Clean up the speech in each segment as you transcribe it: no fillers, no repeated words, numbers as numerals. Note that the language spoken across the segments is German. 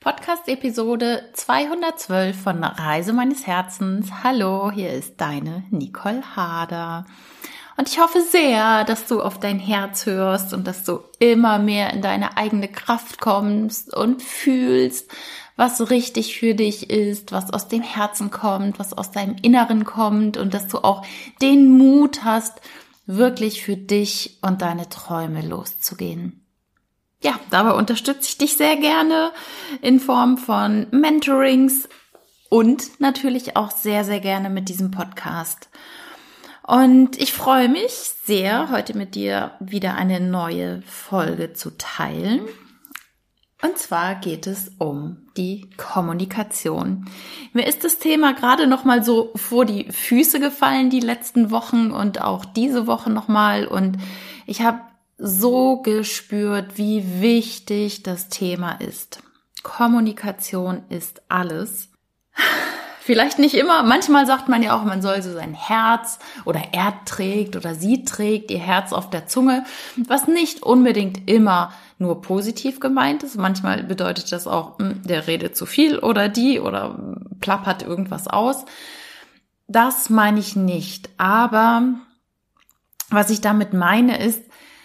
Podcast-Episode 212 von Reise meines Herzens. Hallo, hier ist deine Nicole Harder. Und ich hoffe sehr, dass du auf dein Herz hörst und dass du immer mehr in deine eigene Kraft kommst und fühlst, was richtig für dich ist, was aus dem Herzen kommt, was aus deinem Inneren kommt und dass du auch den Mut hast, wirklich für dich und deine Träume loszugehen. Ja, dabei unterstütze ich dich sehr gerne in Form von Mentorings und natürlich auch sehr, sehr gerne mit diesem Podcast. Und ich freue mich sehr, heute mit dir wieder eine neue Folge zu teilen. Und zwar geht es um die Kommunikation. Mir ist das Thema gerade noch mal so vor die Füße gefallen die letzten Wochen und auch diese Woche noch mal. Und ich habe so gespürt, wie wichtig das Thema ist. Kommunikation ist alles. Vielleicht nicht immer. Manchmal sagt man ja auch, man soll so sein Herz oder er trägt oder sie trägt ihr Herz auf der Zunge, was nicht unbedingt immer nur positiv gemeint ist. Manchmal bedeutet das auch, der redet zu viel oder die oder plappert irgendwas aus. Das meine ich nicht. Aber was ich damit meine ist,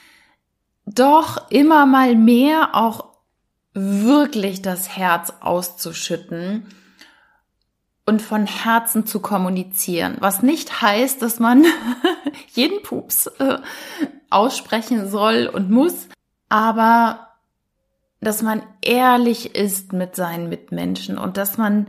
doch immer mal mehr auch wirklich das Herz auszuschütten und von Herzen zu kommunizieren. Was nicht heißt, dass man jeden Pups aussprechen soll und muss, aber dass man ehrlich ist mit seinen Mitmenschen und dass man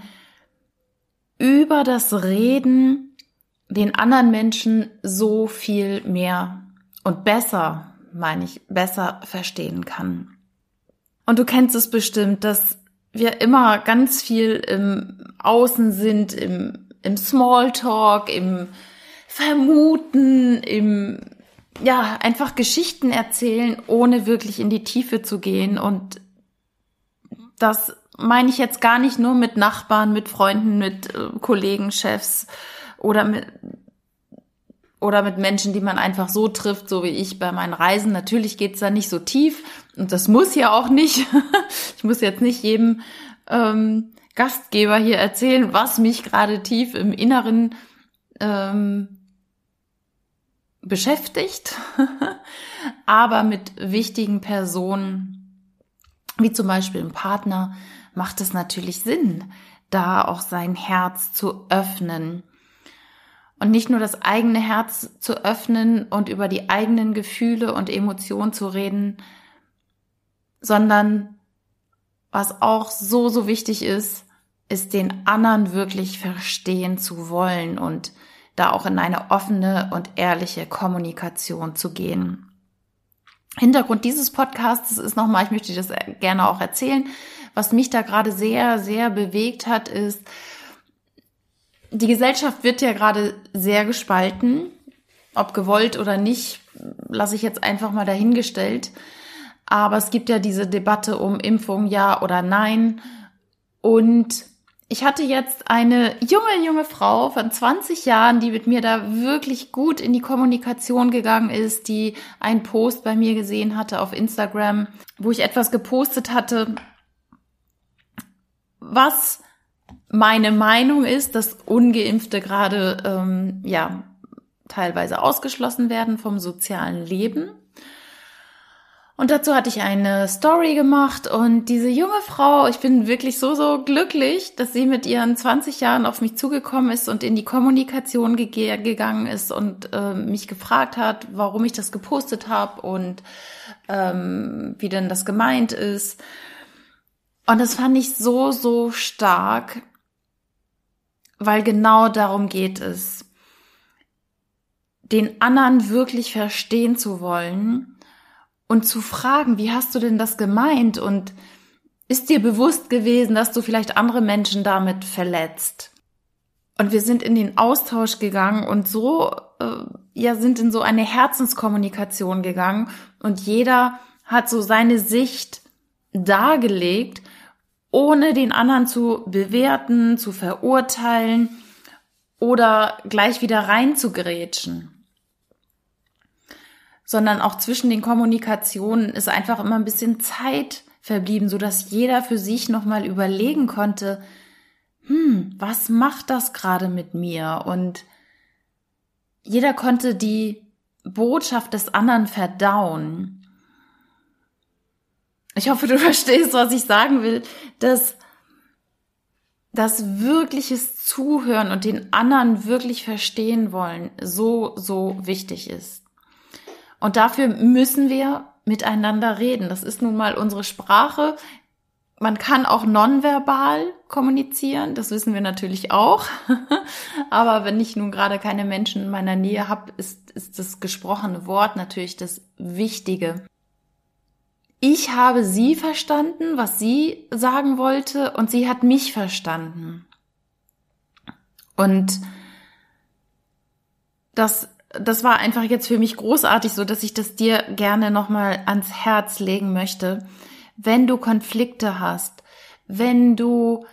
über das Reden den anderen Menschen so viel mehr und besser verstehen kann. Und du kennst es bestimmt, dass wir immer ganz viel im Außen sind, im Smalltalk, im Vermuten, einfach Geschichten erzählen, ohne wirklich in die Tiefe zu gehen. Und das meine ich jetzt gar nicht nur mit Nachbarn, mit Freunden, mit Kollegen, Chefs oder mit Menschen, die man einfach so trifft, so wie ich bei meinen Reisen. Natürlich geht's da nicht so tief und das muss ja auch nicht. Ich muss jetzt nicht jedem Gastgeber hier erzählen, was mich gerade tief im Inneren beschäftigt. Aber mit wichtigen Personen, wie zum Beispiel einem Partner, macht es natürlich Sinn, da auch sein Herz zu öffnen. Und nicht nur das eigene Herz zu öffnen und über die eigenen Gefühle und Emotionen zu reden, sondern was auch so, so wichtig ist, ist den anderen wirklich verstehen zu wollen und da auch in eine offene und ehrliche Kommunikation zu gehen. Hintergrund dieses Podcasts ist nochmal, ich möchte dir das gerne auch erzählen, was mich da gerade sehr, sehr bewegt hat, ist, die Gesellschaft wird ja gerade sehr gespalten, ob gewollt oder nicht, lasse ich jetzt einfach mal dahingestellt. Aber es gibt ja diese Debatte um Impfung, ja oder nein. Und ich hatte jetzt eine junge Frau von 20 Jahren, die mit mir da wirklich gut in die Kommunikation gegangen ist, die einen Post bei mir gesehen hatte auf Instagram, wo ich etwas gepostet hatte, was meine Meinung ist, dass Ungeimpfte gerade teilweise ausgeschlossen werden vom sozialen Leben. Und dazu hatte ich eine Story gemacht und diese junge Frau, ich bin wirklich so glücklich, dass sie mit ihren 20 Jahren auf mich zugekommen ist und in die Kommunikation gegangen ist und mich gefragt hat, warum ich das gepostet habe und wie denn das gemeint ist. Und das fand ich so stark, weil genau darum geht es, den anderen wirklich verstehen zu wollen und zu fragen, wie hast du denn das gemeint und ist dir bewusst gewesen, dass du vielleicht andere Menschen damit verletzt? Und wir sind in den Austausch gegangen und sind in so eine Herzenskommunikation gegangen und jeder hat so seine Sicht dargelegt, ohne den anderen zu bewerten, zu verurteilen oder gleich wieder reinzugrätschen. Sondern auch zwischen den Kommunikationen ist einfach immer ein bisschen Zeit verblieben, sodass jeder für sich nochmal überlegen konnte, was macht das gerade mit mir? Und jeder konnte die Botschaft des anderen verdauen. Ich hoffe, du verstehst, was ich sagen will, dass das wirkliches Zuhören und den anderen wirklich verstehen wollen so, so wichtig ist. Und dafür müssen wir miteinander reden. Das ist nun mal unsere Sprache. Man kann auch nonverbal kommunizieren, das wissen wir natürlich auch. Aber wenn ich nun gerade keine Menschen in meiner Nähe habe, ist das gesprochene Wort natürlich das Wichtige. Ich habe sie verstanden, was sie sagen wollte, und sie hat mich verstanden. Und das war einfach jetzt für mich großartig, so dass ich das dir gerne nochmal ans Herz legen möchte. Wenn du Konflikte hast, wenn du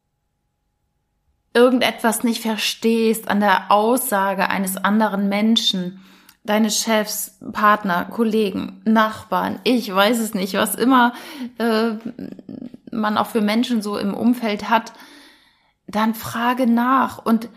irgendetwas nicht verstehst an der Aussage eines anderen Menschen, deine Chefs, Partner, Kollegen, Nachbarn, ich weiß es nicht, was immer man auch für Menschen so im Umfeld hat, dann frage nach und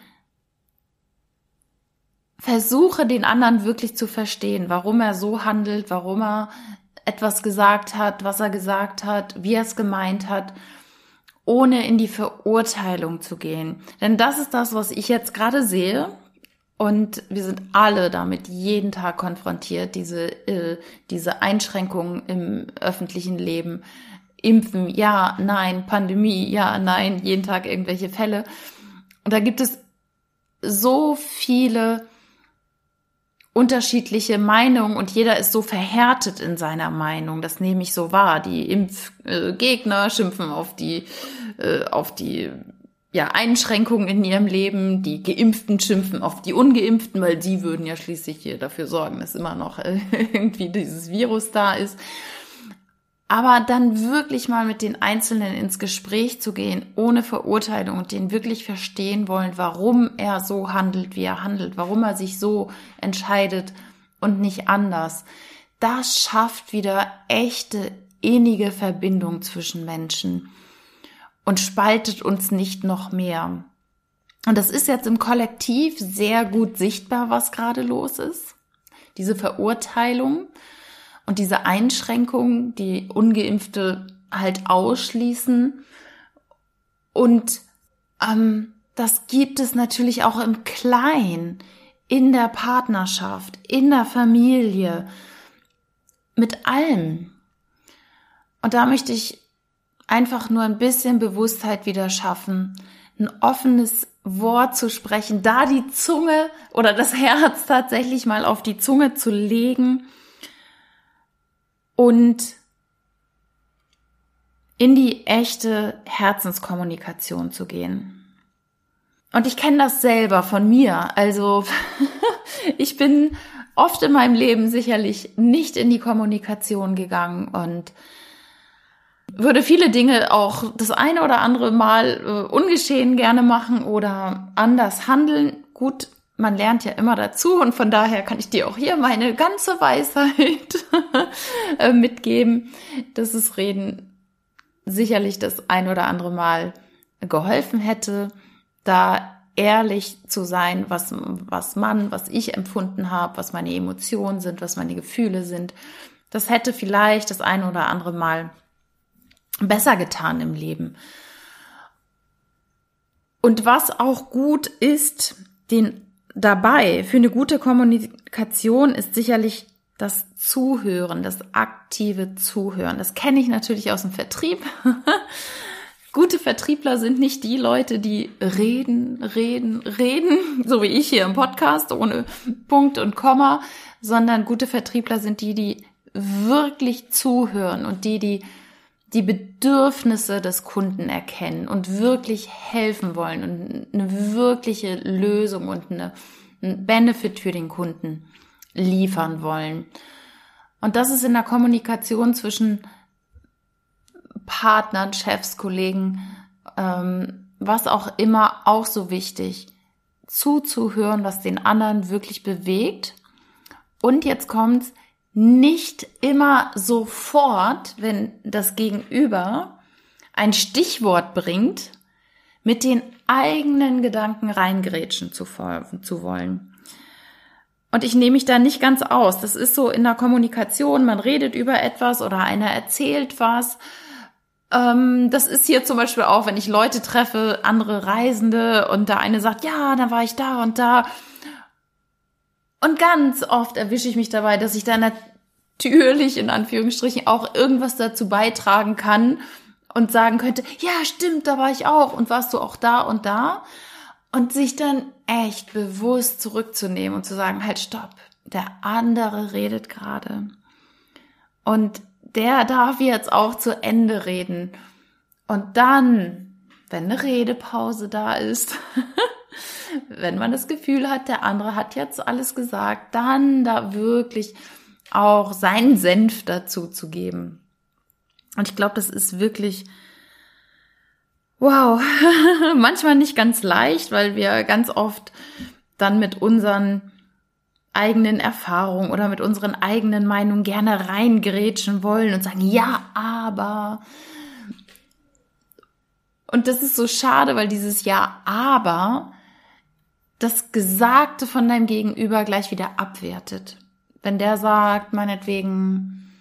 versuche den anderen wirklich zu verstehen, warum er so handelt, warum er etwas gesagt hat, was er gesagt hat, wie er es gemeint hat, ohne in die Verurteilung zu gehen. Denn das ist das, was ich jetzt gerade sehe. Und wir sind alle damit jeden Tag konfrontiert, diese Einschränkungen im öffentlichen Leben. Impfen, ja, nein, Pandemie, ja, nein, jeden Tag irgendwelche Fälle. Und da gibt es so viele unterschiedliche Meinungen und jeder ist so verhärtet in seiner Meinung. Das nehme ich so wahr. Die Impfgegner schimpfen auf die Einschränkungen in ihrem Leben. Die Geimpften schimpfen auf die Ungeimpften, weil sie würden ja schließlich hier dafür sorgen, dass immer noch irgendwie dieses Virus da ist. Aber dann wirklich mal mit den Einzelnen ins Gespräch zu gehen, ohne Verurteilung und den wirklich verstehen wollen, warum er so handelt, wie er handelt, warum er sich so entscheidet und nicht anders. Das schafft wieder echte, innige Verbindung zwischen Menschen und spaltet uns nicht noch mehr. Und das ist jetzt im Kollektiv sehr gut sichtbar, was gerade los ist. Diese Verurteilung und diese Einschränkungen, die Ungeimpfte halt ausschließen. Und das gibt es natürlich auch im Kleinen, in der Partnerschaft, in der Familie, mit allem. Und da möchte ich einfach nur ein bisschen Bewusstheit wieder schaffen, ein offenes Wort zu sprechen, da die Zunge oder das Herz tatsächlich mal auf die Zunge zu legen und in die echte Herzenskommunikation zu gehen. Und ich kenne das selber von mir. Also ich bin oft in meinem Leben sicherlich nicht in die Kommunikation gegangen und würde viele Dinge auch das eine oder andere Mal ungeschehen gerne machen oder anders handeln. Gut, man lernt ja immer dazu und von daher kann ich dir auch hier meine ganze Weisheit mitgeben, dass das Reden sicherlich das ein oder andere Mal geholfen hätte, da ehrlich zu sein, was ich empfunden habe, was meine Emotionen sind, was meine Gefühle sind. Das hätte vielleicht das ein oder andere Mal besser getan im Leben. Und was auch gut ist, dabei für eine gute Kommunikation ist sicherlich das Zuhören, das aktive Zuhören. Das kenne ich natürlich aus dem Vertrieb. Gute Vertriebler sind nicht die Leute, die reden, so wie ich hier im Podcast, ohne Punkt und Komma, sondern gute Vertriebler sind die wirklich zuhören und die Bedürfnisse des Kunden erkennen und wirklich helfen wollen und eine wirkliche Lösung und einen Benefit für den Kunden liefern wollen. Und das ist in der Kommunikation zwischen Partnern, Chefs, Kollegen, was auch immer, auch so wichtig, zuzuhören, was den anderen wirklich bewegt. Und jetzt kommt's, nicht immer sofort, wenn das Gegenüber ein Stichwort bringt, mit den eigenen Gedanken reingrätschen zu wollen. Und ich nehme mich da nicht ganz aus. Das ist so in der Kommunikation, man redet über etwas oder einer erzählt was. Das ist hier zum Beispiel auch, wenn ich Leute treffe, andere Reisende, und der eine sagt, ja, dann war ich da und da. Und ganz oft erwische ich mich dabei, dass ich da natürlich in Anführungsstrichen auch irgendwas dazu beitragen kann und sagen könnte, ja, stimmt, da war ich auch und warst du auch da und da. Und sich dann echt bewusst zurückzunehmen und zu sagen, halt, stopp, der andere redet gerade. Und der darf jetzt auch zu Ende reden. Und dann, wenn eine Redepause da ist, wenn man das Gefühl hat, der andere hat jetzt alles gesagt, dann da wirklich auch seinen Senf dazu zu geben. Und ich glaube, das ist wirklich, wow, manchmal nicht ganz leicht, weil wir ganz oft dann mit unseren eigenen Erfahrungen oder mit unseren eigenen Meinungen gerne reingrätschen wollen und sagen, ja, aber. Und das ist so schade, weil dieses Ja, aber das Gesagte von deinem Gegenüber gleich wieder abwertet. Wenn der sagt, meinetwegen,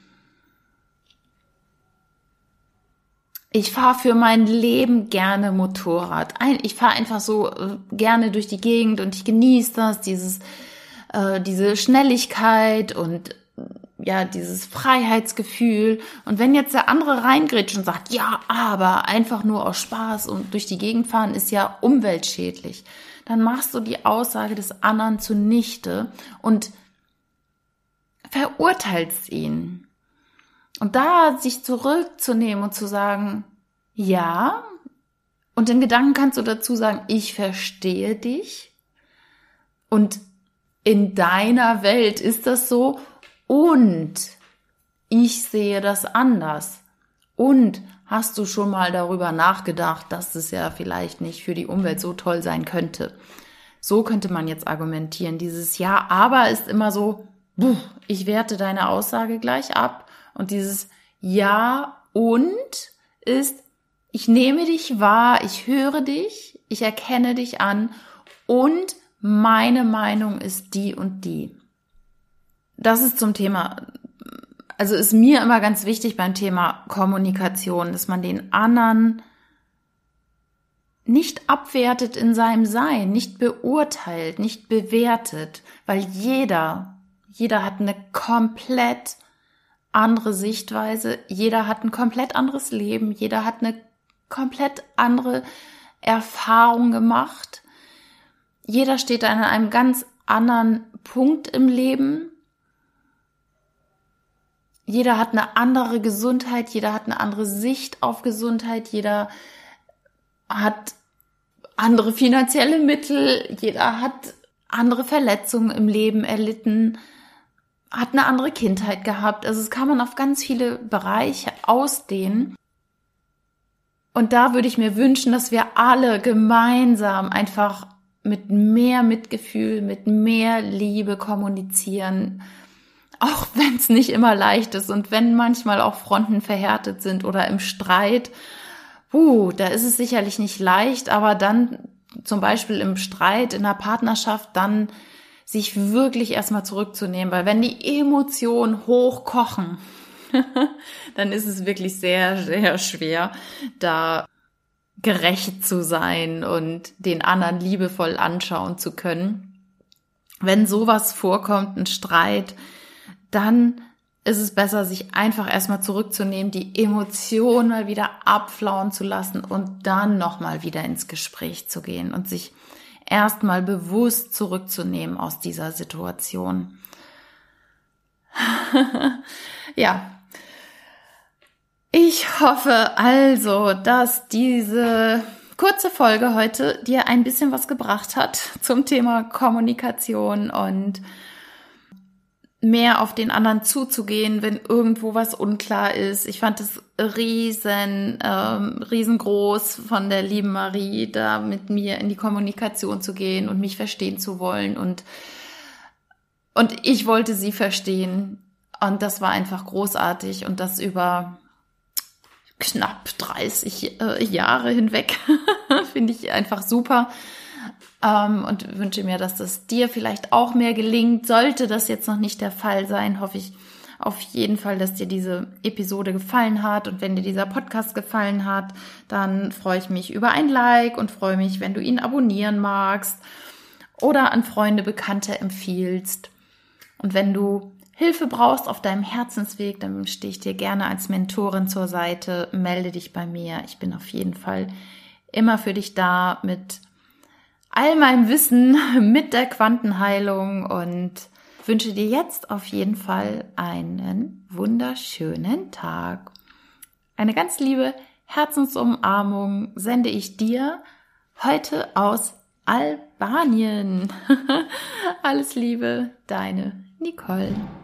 ich fahre für mein Leben gerne Motorrad. Ich fahre einfach so gerne durch die Gegend und ich genieße das, diese Schnelligkeit und ja, dieses Freiheitsgefühl. Und wenn jetzt der andere reingrätscht und sagt, ja, aber einfach nur aus Spaß und durch die Gegend fahren ist ja umweltschädlich, dann machst du die Aussage des anderen zunichte und verurteilst ihn. Und da sich zurückzunehmen und zu sagen, ja, und in Gedanken kannst du dazu sagen, ich verstehe dich und in deiner Welt ist das so und ich sehe das anders. Und hast du schon mal darüber nachgedacht, dass es ja vielleicht nicht für die Umwelt so toll sein könnte? So könnte man jetzt argumentieren. Dieses Ja, aber ist immer so, ich werte deine Aussage gleich ab. Und dieses Ja und ist, ich nehme dich wahr, ich höre dich, ich erkenne dich an und meine Meinung ist die und die. Das ist zum Thema, also ist mir immer ganz wichtig beim Thema Kommunikation, dass man den anderen nicht abwertet in seinem Sein, nicht beurteilt, nicht bewertet, weil jeder hat eine komplett andere Sichtweise, jeder hat ein komplett anderes Leben, jeder hat eine komplett andere Erfahrung gemacht. Jeder steht an einem ganz anderen Punkt im Leben. Jeder hat eine andere Gesundheit, jeder hat eine andere Sicht auf Gesundheit, jeder hat andere finanzielle Mittel, jeder hat andere Verletzungen im Leben erlitten, hat eine andere Kindheit gehabt. Also das kann man auf ganz viele Bereiche ausdehnen. Und da würde ich mir wünschen, dass wir alle gemeinsam einfach mit mehr Mitgefühl, mit mehr Liebe kommunizieren, auch wenn es nicht immer leicht ist und wenn manchmal auch Fronten verhärtet sind oder im Streit. Da ist es sicherlich nicht leicht, aber dann zum Beispiel im Streit, in der Partnerschaft, dann sich wirklich erstmal zurückzunehmen, weil wenn die Emotionen hochkochen, dann ist es wirklich sehr, sehr schwer, da gerecht zu sein und den anderen liebevoll anschauen zu können. Wenn sowas vorkommt, ein Streit, dann ist es besser, sich einfach erstmal zurückzunehmen, die Emotionen mal wieder abflauen zu lassen und dann nochmal wieder ins Gespräch zu gehen und sich erstmal bewusst zurückzunehmen aus dieser Situation. Ja. Ich hoffe also, dass diese kurze Folge heute dir ein bisschen was gebracht hat zum Thema Kommunikation und mehr auf den anderen zuzugehen, wenn irgendwo was unklar ist. Ich fand es riesengroß von der lieben Marie, da mit mir in die Kommunikation zu gehen und mich verstehen zu wollen. Und ich wollte sie verstehen Und das war einfach großartig und das über knapp 30 Jahre hinweg. Finde ich einfach super. Und wünsche mir, dass das dir vielleicht auch mehr gelingt. Sollte das jetzt noch nicht der Fall sein, hoffe ich auf jeden Fall, dass dir diese Episode gefallen hat. Und wenn dir dieser Podcast gefallen hat, dann freue ich mich über ein Like und freue mich, wenn du ihn abonnieren magst oder an Freunde, Bekannte empfiehlst. Und wenn du Hilfe brauchst auf deinem Herzensweg, dann stehe ich dir gerne als Mentorin zur Seite. Melde dich bei mir. Ich bin auf jeden Fall immer für dich da mit all meinem Wissen, mit der Quantenheilung und wünsche dir jetzt auf jeden Fall einen wunderschönen Tag. Eine ganz liebe Herzensumarmung sende ich dir heute aus Albanien. Alles Liebe, deine Nicole.